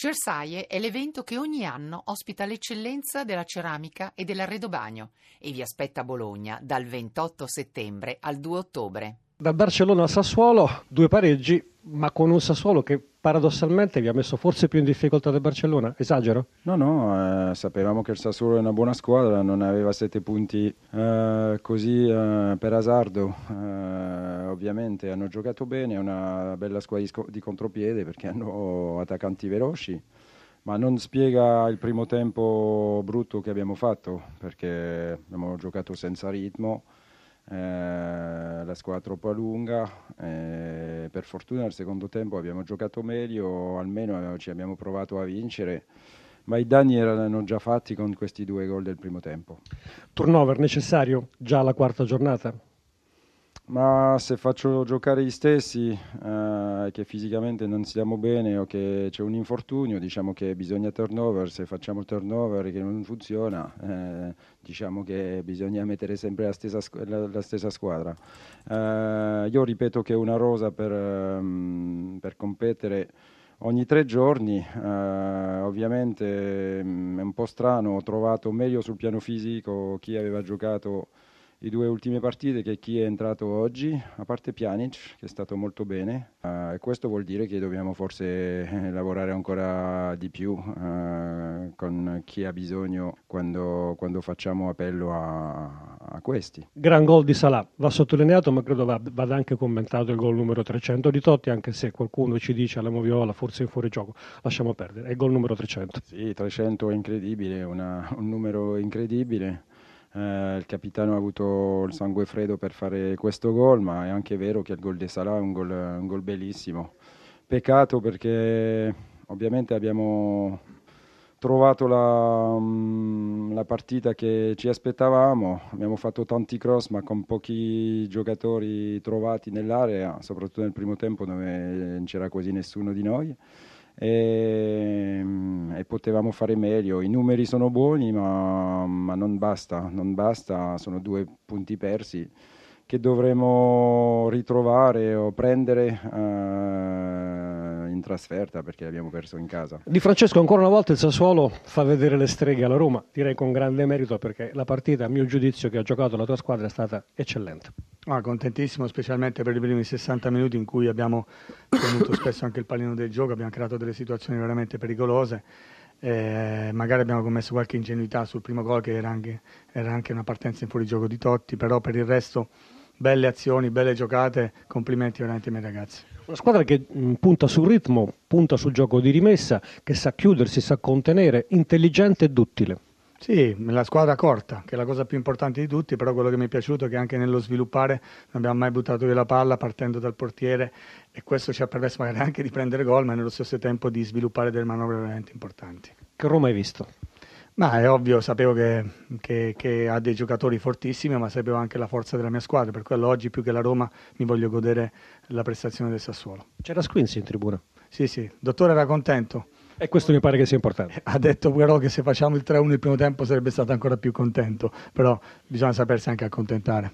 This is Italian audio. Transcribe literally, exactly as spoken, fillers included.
Cersaie è l'evento che ogni anno ospita l'eccellenza della ceramica e dell'arredobagno e vi aspetta a Bologna dal ventotto settembre al due ottobre. Da Barcellona a Sassuolo, due pareggi, ma con un Sassuolo che paradossalmente vi ha messo forse più in difficoltà del Barcellona. Esagero? No, no, eh, sapevamo che il Sassuolo è una buona squadra, non aveva sette punti eh, così eh, per azzardo. Eh, ovviamente hanno giocato bene, è una bella squadra di, sc- di contropiede perché hanno attaccanti veloci, ma non spiega il primo tempo brutto che abbiamo fatto perché abbiamo giocato senza ritmo. Eh, la squadra troppo lunga, eh, per fortuna nel secondo tempo abbiamo giocato meglio, almeno ci abbiamo provato a vincere, ma i danni erano già fatti con questi due gol del primo tempo. Turnover necessario già alla quarta giornata? Ma se faccio giocare gli stessi eh, che fisicamente non stiamo bene o che c'è un infortunio, diciamo che bisogna turnover. Se facciamo turnover che non funziona, eh, diciamo che bisogna mettere sempre la stessa, la, la stessa squadra. Eh, io ripeto che una rosa per, um, per competere ogni tre giorni, eh, ovviamente mh, è un po' strano, ho trovato meglio sul piano fisico chi aveva giocato i due ultime partite che chi è entrato oggi, a parte Pjanic che è stato molto bene, uh, e questo vuol dire che dobbiamo forse eh, lavorare ancora di più uh, con chi ha bisogno quando, quando facciamo appello a, a questi. Gran gol di Salah, va sottolineato, ma credo vada anche commentato il gol numero trecento di Totti, anche se qualcuno ci dice alla Moviola forse in fuorigioco, lasciamo perdere, è il gol numero trecento. Sì, trecento è incredibile, una, un numero incredibile. Eh, il capitano ha avuto il sangue freddo per fare questo gol, ma è anche vero che il gol di Salah è un gol, un gol bellissimo. Peccato perché ovviamente abbiamo trovato la, la partita che ci aspettavamo, abbiamo fatto tanti cross ma con pochi giocatori trovati nell'area, soprattutto nel primo tempo dove non c'era quasi nessuno di noi. E, e potevamo fare meglio. I numeri sono buoni, ma, ma non basta, non basta, sono due punti persi che dovremo ritrovare o prendere uh, in trasferta perché abbiamo perso in casa. Di Francesco, ancora una volta il Sassuolo fa vedere le streghe alla Roma, direi con grande merito perché la partita, a mio giudizio, che ha giocato la tua squadra è stata eccellente. Ah, contentissimo, specialmente per i primi sessanta minuti in cui abbiamo tenuto spesso anche il pallino del gioco, abbiamo creato delle situazioni veramente pericolose. Eh, magari abbiamo commesso qualche ingenuità sul primo gol che era anche, era anche una partenza in fuorigioco di Totti, però per il resto belle azioni, belle giocate, complimenti veramente ai miei ragazzi. Una squadra che mh, punta sul ritmo, punta sul gioco di rimessa, che sa chiudersi, sa contenere, intelligente e duttile. Sì, la squadra corta, che è la cosa più importante di tutti, però quello che mi è piaciuto è che anche nello sviluppare non abbiamo mai buttato via la palla partendo dal portiere e questo ci ha permesso magari anche di prendere gol, ma nello stesso tempo di sviluppare delle manovre veramente importanti. Che Roma hai visto? Ma è ovvio, sapevo che, che, che ha dei giocatori fortissimi, ma sapevo anche la forza della mia squadra, per quello oggi più che la Roma mi voglio godere la prestazione del Sassuolo. C'era Squinzi in tribuna? Sì, sì, il dottore era contento. E questo mi pare che sia importante. Ha detto però che se facciamo il tre uno il primo tempo sarebbe stato ancora più contento, però bisogna sapersi anche accontentare.